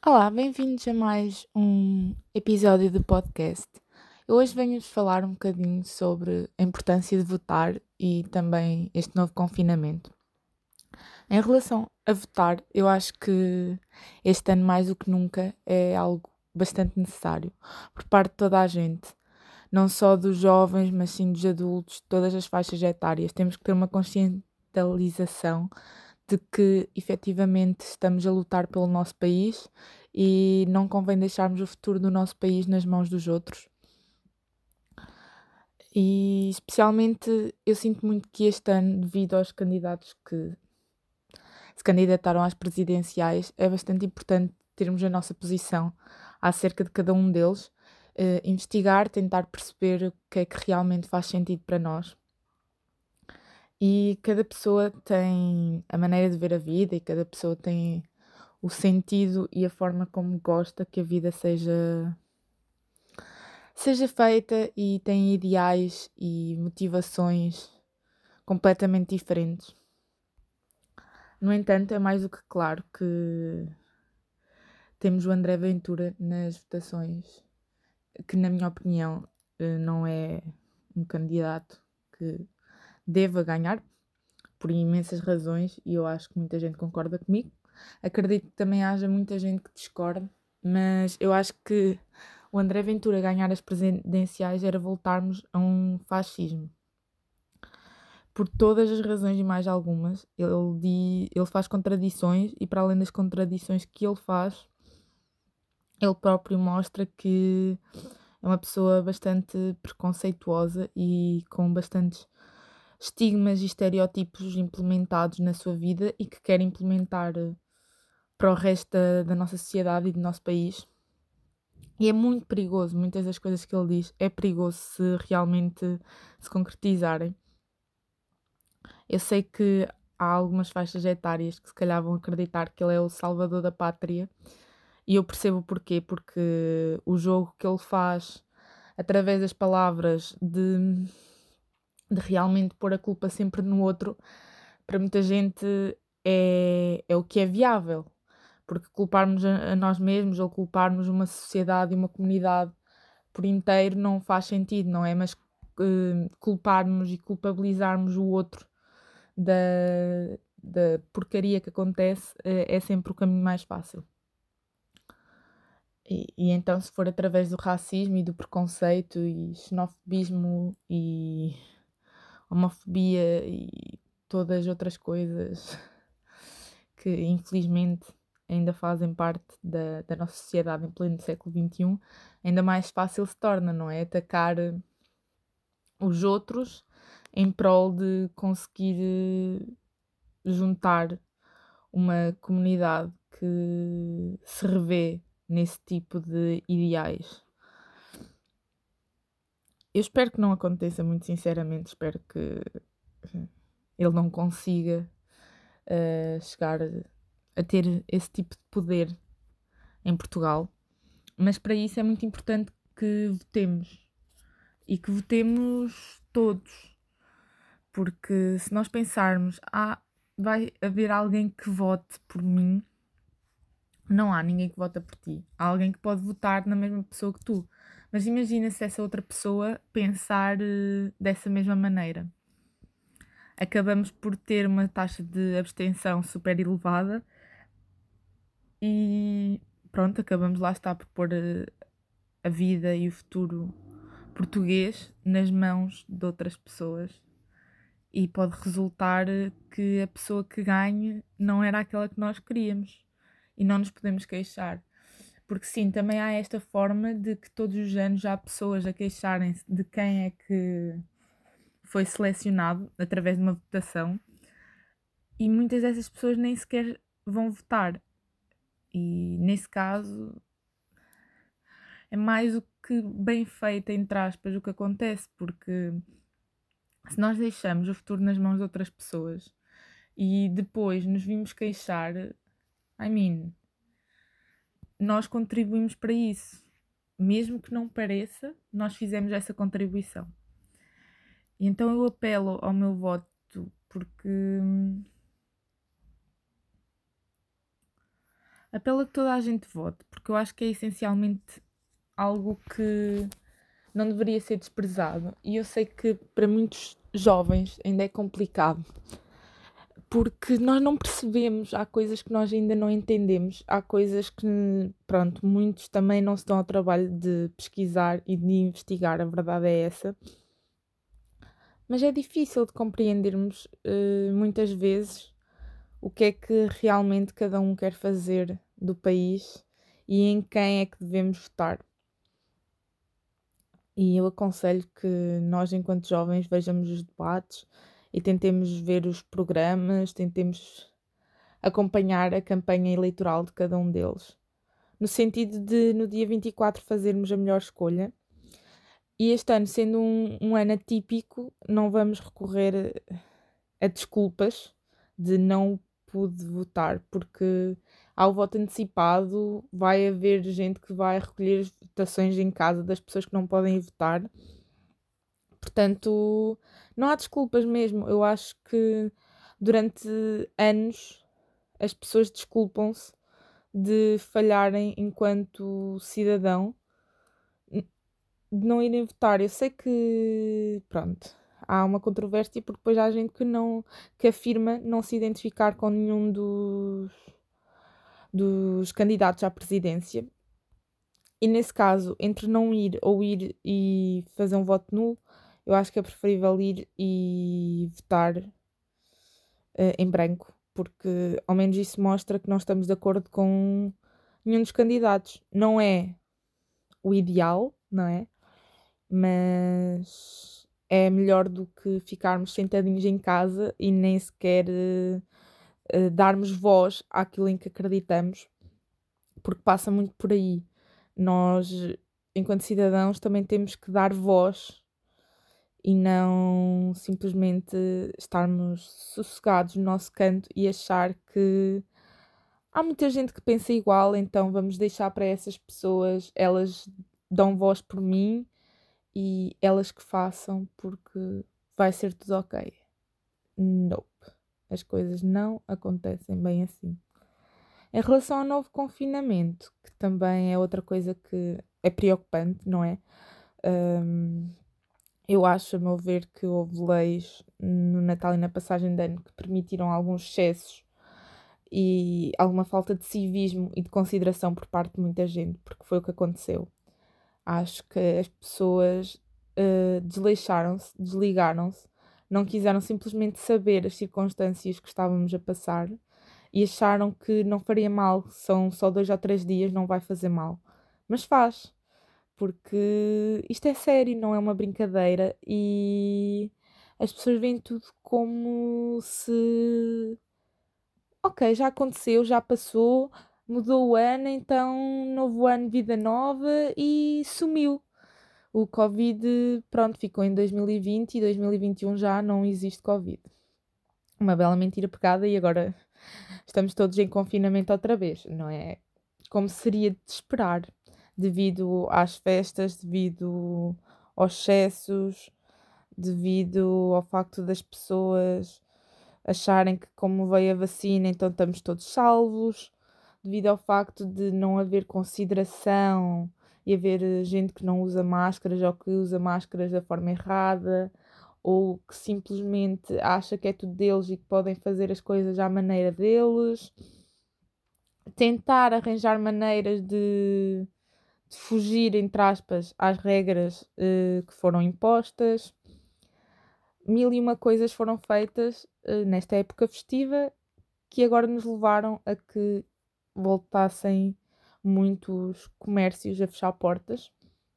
Olá, bem-vindos a mais um episódio do podcast. Eu hoje venho-vos falar um bocadinho sobre a importância de votar e também este novo confinamento. Em relação a votar, eu acho que este ano mais do que nunca é algo bastante necessário por parte de toda a gente, não só dos jovens, mas sim dos adultos, de todas as faixas etárias. Temos que ter uma conscientização de que efetivamente estamos a lutar pelo nosso país e não convém deixarmos o futuro do nosso país nas mãos dos outros. E especialmente eu sinto muito que este ano, devido aos candidatos que se candidataram às presidenciais, é bastante importante termos a nossa posição acerca de cada um deles, investigar, tentar perceber o que é que realmente faz sentido para nós. E cada pessoa tem a maneira de ver a vida e cada pessoa tem o sentido e a forma como gosta que a vida seja feita e tem ideais e motivações completamente diferentes. No entanto, é mais do que claro que temos o André Ventura nas votações, que na minha opinião não é um candidato que deva ganhar, por imensas razões, e eu acho que muita gente concorda comigo. Acredito que também haja muita gente que discorde, mas eu acho que o André Ventura ganhar as presidenciais era voltarmos a um fascismo. Por todas as razões e mais algumas, ele faz contradições e para além das contradições que ele faz, ele próprio mostra que é uma pessoa bastante preconceituosa e com bastantes estigmas e estereótipos implementados na sua vida e que quer implementar para o resto da nossa sociedade e do nosso país. E é muito perigoso, muitas das coisas que ele diz é perigoso se realmente se concretizarem. Eu sei que há algumas faixas etárias que se calhar vão acreditar que ele é o salvador da pátria e eu percebo porquê, porque o jogo que ele faz através das palavras de realmente pôr a culpa sempre no outro, para muita gente é o que é viável. Porque culparmos a nós mesmos ou culparmos uma sociedade e uma comunidade por inteiro não faz sentido, não é? Mas culparmos e culpabilizarmos o outro da, da porcaria que acontece é sempre o caminho mais fácil. E então, se for através do racismo e do preconceito e xenofobismo e homofobia e todas as outras coisas que infelizmente ainda fazem parte da nossa sociedade em pleno século XXI, ainda mais fácil se torna, não é? Atacar os outros em prol de conseguir juntar uma comunidade que se revê nesse tipo de ideais. Eu espero que não aconteça, muito sinceramente, espero que ele não consiga chegar a ter esse tipo de poder em Portugal, mas para isso é muito importante que votemos e que votemos todos, porque se nós pensarmos, vai haver alguém que vote por mim, não há ninguém que vota por ti. Há alguém que pode votar na mesma pessoa que tu, mas imagina se essa outra pessoa pensar dessa mesma maneira. Acabamos por ter uma taxa de abstenção super elevada e pronto, acabamos lá está por pôr a vida e o futuro português nas mãos de outras pessoas e pode resultar que a pessoa que ganhe não era aquela que nós queríamos e não nos podemos queixar. Porque sim, também há esta forma de que todos os anos há pessoas a queixarem-se de quem é que foi selecionado através de uma votação e muitas dessas pessoas nem sequer vão votar. E nesse caso é mais o que bem feito, entre aspas, o que acontece, porque se nós deixamos o futuro nas mãos de outras pessoas e depois nos vimos queixar, nós contribuímos para isso. Mesmo que não pareça, nós fizemos essa contribuição. E então eu apelo ao meu voto porque Apelo a que toda a gente vote, porque eu acho que é essencialmente algo que não deveria ser desprezado. E eu sei que para muitos jovens ainda é complicado, porque nós não percebemos, há coisas que nós ainda não entendemos, há coisas que, pronto, muitos também não se dão ao trabalho de pesquisar e de investigar, a verdade é essa. Mas é difícil de compreendermos muitas vezes o que é que realmente cada um quer fazer do país e em quem é que devemos votar. E eu aconselho que nós, enquanto jovens, vejamos os debates e tentemos ver os programas, tentemos acompanhar a campanha eleitoral de cada um deles, no sentido de, no dia 24, fazermos a melhor escolha. E este ano, sendo um ano atípico, não vamos recorrer a desculpas de não pude votar, porque ao voto antecipado vai haver gente que vai recolher as votações em casa das pessoas que não podem ir votar. Portanto, não há desculpas mesmo. Eu acho que durante anos as pessoas desculpam-se de falharem enquanto cidadão, de não irem votar. Eu sei que, pronto, há uma controvérsia porque depois há gente que afirma não se identificar com nenhum dos candidatos à presidência. E nesse caso, entre não ir ou ir e fazer um voto nulo, eu acho que é preferível ir e votar em branco, porque ao menos isso mostra que não estamos de acordo com nenhum dos candidatos. Não é o ideal, não é? Mas é melhor do que ficarmos sentadinhos em casa e nem sequer darmos voz àquilo em que acreditamos, porque passa muito por aí. Nós, enquanto cidadãos, também temos que dar voz e não simplesmente estarmos sossegados no nosso canto e achar que há muita gente que pensa igual, então vamos deixar para essas pessoas, elas dão voz por mim e elas que façam porque vai ser tudo ok. Nope. As coisas não acontecem bem assim. Em relação ao novo confinamento, que também é outra coisa que é preocupante, não é? Hum, eu acho, a meu ver, que houve leis no Natal e na passagem de ano que permitiram alguns excessos e alguma falta de civismo e de consideração por parte de muita gente, porque foi o que aconteceu. Acho que as pessoas desleixaram-se, desligaram-se, não quiseram simplesmente saber as circunstâncias que estávamos a passar e acharam que não faria mal, são só 2 ou 3 dias, não vai fazer mal. Mas faz, porque isto é sério, não é uma brincadeira e as pessoas veem tudo como se, ok, já aconteceu, já passou, mudou o ano, então novo ano, vida nova e sumiu. O Covid, pronto, ficou em 2020 e 2021 já não existe Covid. Uma bela mentira pegada e agora estamos todos em confinamento outra vez, não é? Como seria de esperar, devido às festas, devido aos excessos, devido ao facto das pessoas acharem que como veio a vacina então estamos todos salvos, devido ao facto de não haver consideração e haver gente que não usa máscaras ou que usa máscaras da forma errada ou que simplesmente acha que é tudo deles e que podem fazer as coisas à maneira deles. Tentar arranjar maneiras de fugir, entre aspas, às regras que foram impostas. Mil e uma coisas foram feitas nesta época festiva que agora nos levaram a que voltassem muitos comércios a fechar portas.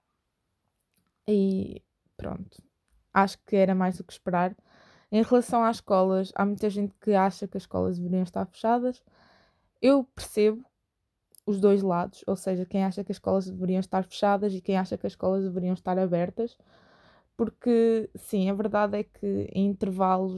E pronto, acho que era mais do que esperar. Em relação às escolas, há muita gente que acha que as escolas deveriam estar fechadas. Eu percebo os dois lados, ou seja, quem acha que as escolas deveriam estar fechadas e quem acha que as escolas deveriam estar abertas, porque sim, a verdade é que em intervalos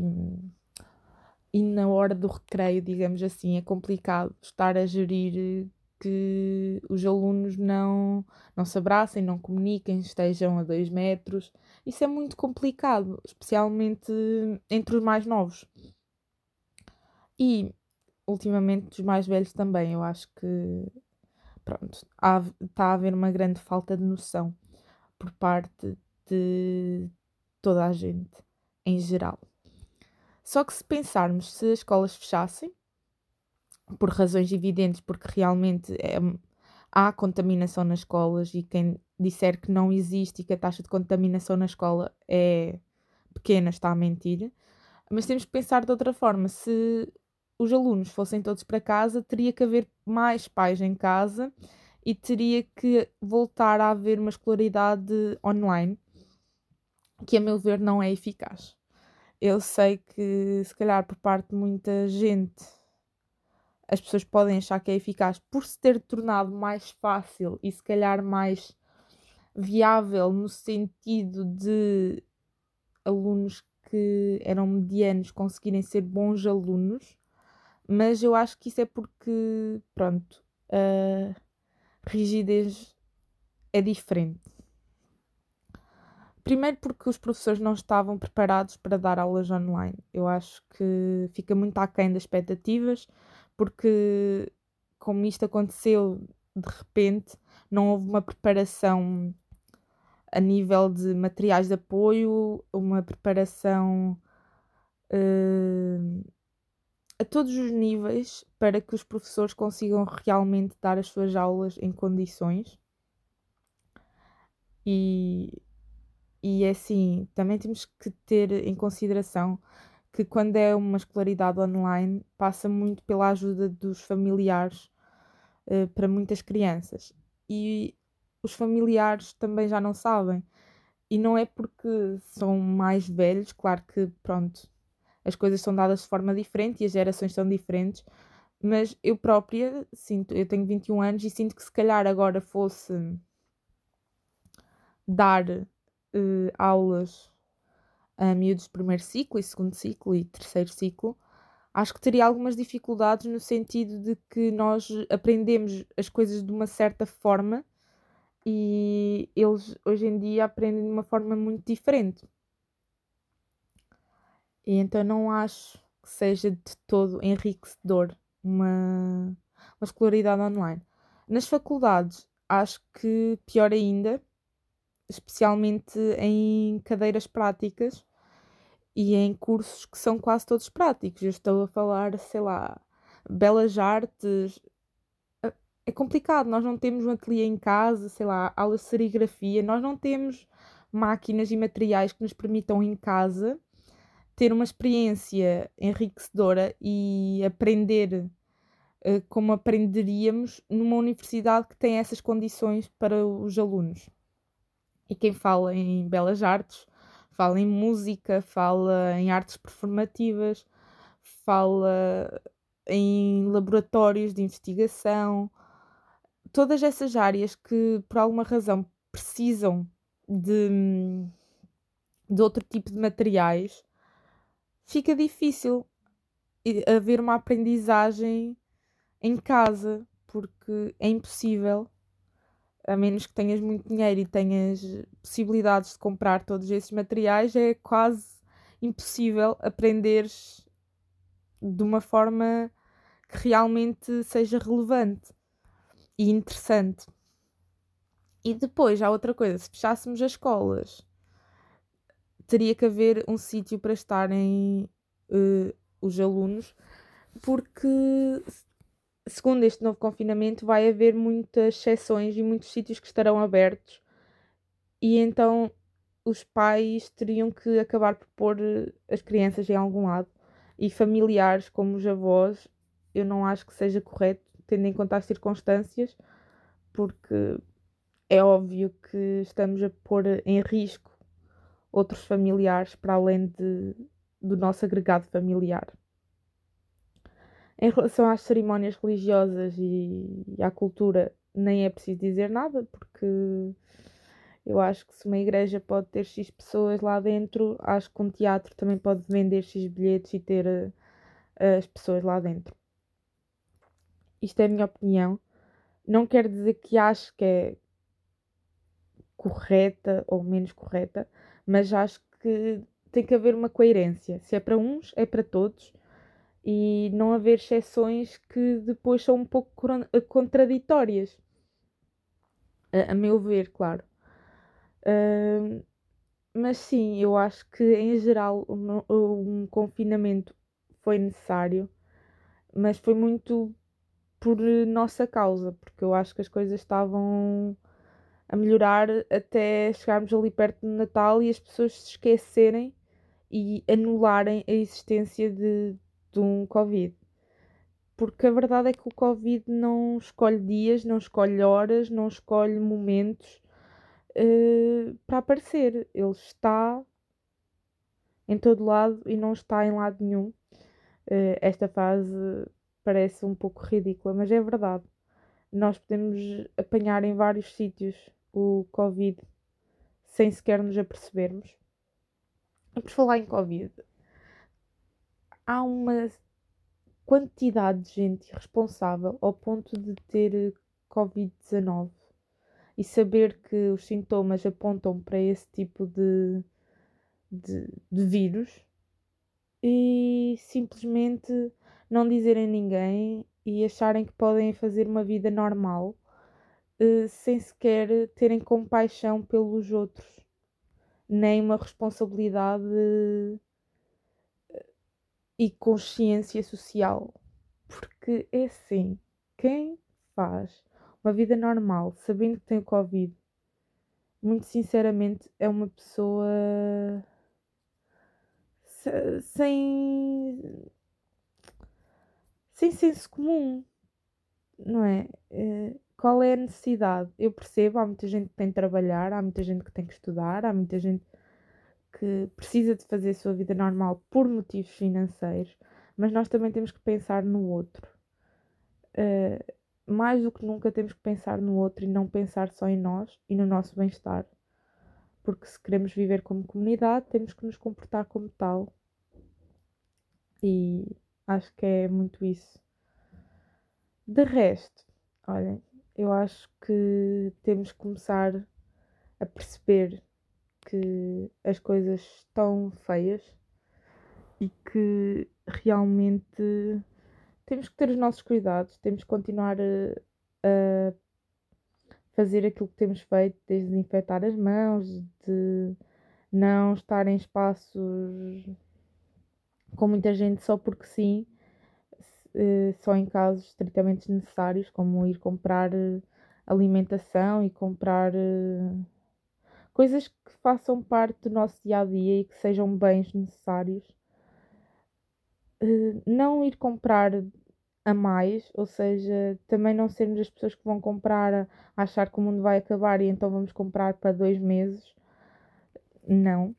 e na hora do recreio, digamos assim, é complicado estar a gerir que os alunos não se abracem, não comuniquem, estejam a 2 metros. Isso é muito complicado, especialmente entre os mais novos. E ultimamente dos mais velhos também. Eu acho que, pronto, está a haver uma grande falta de noção por parte de toda a gente, em geral. Só que se pensarmos, se as escolas fechassem, por razões evidentes, porque realmente há contaminação nas escolas e quem disser que não existe e que a taxa de contaminação na escola é pequena está a mentir. Mas temos que pensar de outra forma. Se os alunos fossem todos para casa, teria que haver mais pais em casa e teria que voltar a haver uma escolaridade online, que a meu ver não é eficaz. Eu sei que se calhar por parte de muita gente as pessoas podem achar que é eficaz por se ter tornado mais fácil e se calhar mais viável no sentido de alunos que eram medianos conseguirem ser bons alunos, mas eu acho que isso é porque, pronto, a rigidez é diferente. Primeiro porque os professores não estavam preparados para dar aulas online. Eu acho que fica muito aquém das expectativas, porque como isto aconteceu de repente, não houve uma preparação a nível de materiais de apoio, uma preparação a todos os níveis para que os professores consigam realmente dar as suas aulas em condições. E, e é assim, também temos que ter em consideração que quando é uma escolaridade online passa muito pela ajuda dos familiares para muitas crianças. E os familiares também já não sabem. E não é porque são mais velhos, claro que, pronto, as coisas são dadas de forma diferente e as gerações são diferentes, mas eu própria sinto, eu tenho 21 anos e sinto que se calhar agora fosse dar aulas a miúdos de primeiro ciclo e segundo ciclo e terceiro ciclo, acho que teria algumas dificuldades no sentido de que nós aprendemos as coisas de uma certa forma e eles hoje em dia aprendem de uma forma muito diferente. E então não acho que seja de todo enriquecedor uma escolaridade online. Nas faculdades, acho que pior ainda, especialmente em cadeiras práticas e em cursos que são quase todos práticos. Eu estou a falar, sei lá, belas artes. É complicado, nós não temos um ateliê em casa, sei lá, aulas de serigrafia, nós não temos máquinas e materiais que nos permitam em casa ter uma experiência enriquecedora e aprender como aprenderíamos numa universidade que tem essas condições para os alunos. E quem fala em belas artes, fala em música, fala em artes performativas, fala em laboratórios de investigação, todas essas áreas que por alguma razão precisam de, de outro tipo de materiais, fica difícil haver uma aprendizagem em casa, porque é impossível, a menos que tenhas muito dinheiro e tenhas possibilidades de comprar todos esses materiais, é quase impossível aprenderes de uma forma que realmente seja relevante e interessante. E depois, há outra coisa, se fechássemos as escolas, teria que haver um sítio para estarem os alunos, porque segundo este novo confinamento, vai haver muitas exceções e muitos sítios que estarão abertos, e então os pais teriam que acabar por pôr as crianças em algum lado. E familiares, como os avós, eu não acho que seja correto, tendo em conta as circunstâncias, porque é óbvio que estamos a pôr em risco outros familiares para além do nosso agregado familiar. Em relação às cerimónias religiosas e à cultura, nem é preciso dizer nada, porque eu acho que se uma igreja pode ter X pessoas lá dentro, acho que um teatro também pode vender X bilhetes e ter as pessoas lá dentro. Isto é a minha opinião. Não quer dizer que acho que é correta ou menos correta, mas acho que tem que haver uma coerência. Se é para uns, é para todos. e não haver exceções que depois são um pouco contraditórias, a meu ver, claro. Ah, mas sim, eu acho que em geral um confinamento foi necessário, mas foi muito por nossa causa, porque eu acho que as coisas estavam a melhorar até chegarmos ali perto do Natal e as pessoas se esquecerem e anularem a existência de um Covid. Porque a verdade é que o Covid não escolhe dias, não escolhe horas, não escolhe momentos para aparecer. Ele está em todo lado e não está em lado nenhum. Esta frase parece um pouco ridícula, mas é verdade. Nós podemos apanhar em vários sítios o Covid sem sequer nos apercebermos. E por falar em Covid, há uma quantidade de gente irresponsável ao ponto de ter Covid-19 e saber que os sintomas apontam para esse tipo de vírus e simplesmente não dizerem a ninguém e acharem que podem fazer uma vida normal, sem sequer terem compaixão pelos outros, nem uma responsabilidade e consciência social. Porque é assim, quem faz uma vida normal sabendo que tem o Covid, muito sinceramente, é uma pessoa sem, sem senso comum, não é? Qual é a necessidade? Eu percebo, há muita gente que tem de trabalhar, há muita gente que tem que estudar, há muita gente que precisa de fazer a sua vida normal por motivos financeiros, mas nós também temos que pensar no outro. Mais do que nunca temos que pensar no outro e não pensar só em nós e no nosso bem-estar. Porque se queremos viver como comunidade, temos que nos comportar como tal. E acho que é muito isso. De resto, olhem, eu acho que temos que começar a perceber que as coisas estão feias e que realmente temos que ter os nossos cuidados, temos que continuar a fazer aquilo que temos feito, desde desinfetar as mãos, de não estar em espaços com muita gente só porque sim, só em casos estritamente necessários, como ir comprar alimentação e comprar coisas que façam parte do nosso dia a dia e que sejam bens necessários. Não ir comprar a mais, ou seja, também não sermos as pessoas que vão comprar a achar que o mundo vai acabar e então vamos comprar para 2 meses. Não.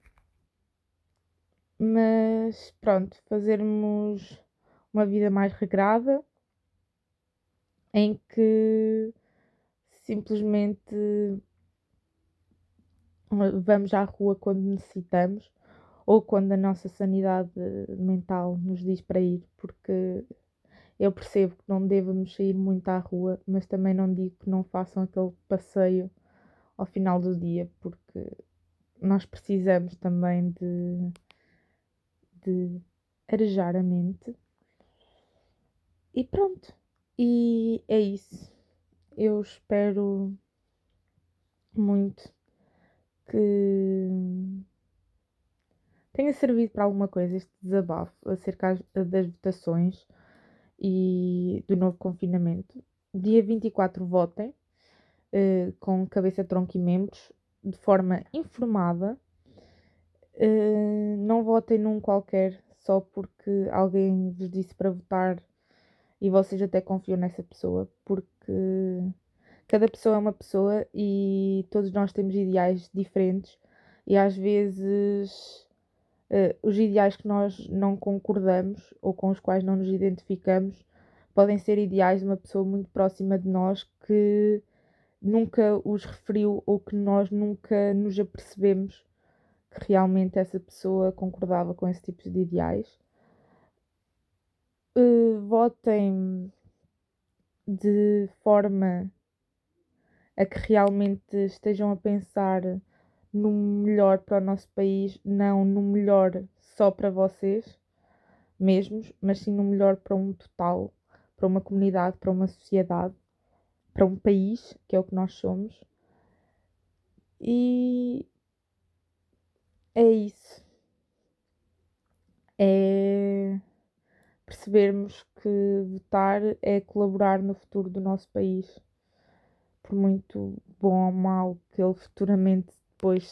Mas pronto, fazermos uma vida mais regrada em que simplesmente vamos à rua quando necessitamos ou quando a nossa sanidade mental nos diz para ir, porque eu percebo que não devemos sair muito à rua, mas também não digo que não façam aquele passeio ao final do dia, porque nós precisamos também de arejar a mente. E pronto. E é isso. Eu espero muito que tenha servido para alguma coisa este desabafo acerca das votações e do novo confinamento. Dia 24 votem, com cabeça, tronco e membros, de forma informada. Não votem num qualquer só porque alguém vos disse para votar e vocês até confiam nessa pessoa, porque cada pessoa é uma pessoa e todos nós temos ideais diferentes e às vezes os ideais que nós não concordamos ou com os quais não nos identificamos podem ser ideais de uma pessoa muito próxima de nós que nunca os referiu ou que nós nunca nos apercebemos que realmente essa pessoa concordava com esse tipo de ideais. Votem de forma a que realmente estejam a pensar no melhor para o nosso país, não no melhor só para vocês, mesmos, mas sim no melhor para um total, para uma comunidade, para uma sociedade, para um país, que é o que nós somos. E é isso. É percebermos que votar é colaborar no futuro do nosso país, por muito bom ou mau que ele futuramente depois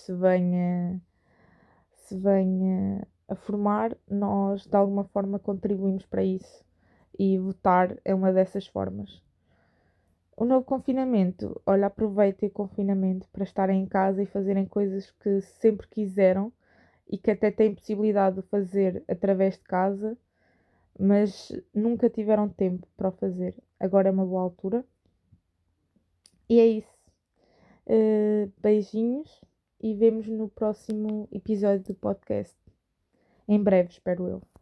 se venha a formar, nós de alguma forma contribuímos para isso e votar é uma dessas formas. O novo confinamento, olha, aproveitem o confinamento para estarem em casa e fazerem coisas que sempre quiseram e que até têm possibilidade de fazer através de casa, mas nunca tiveram tempo para o fazer. Agora é uma boa altura. E é isso. Beijinhos e vemos no próximo episódio do podcast. Em breve, espero eu.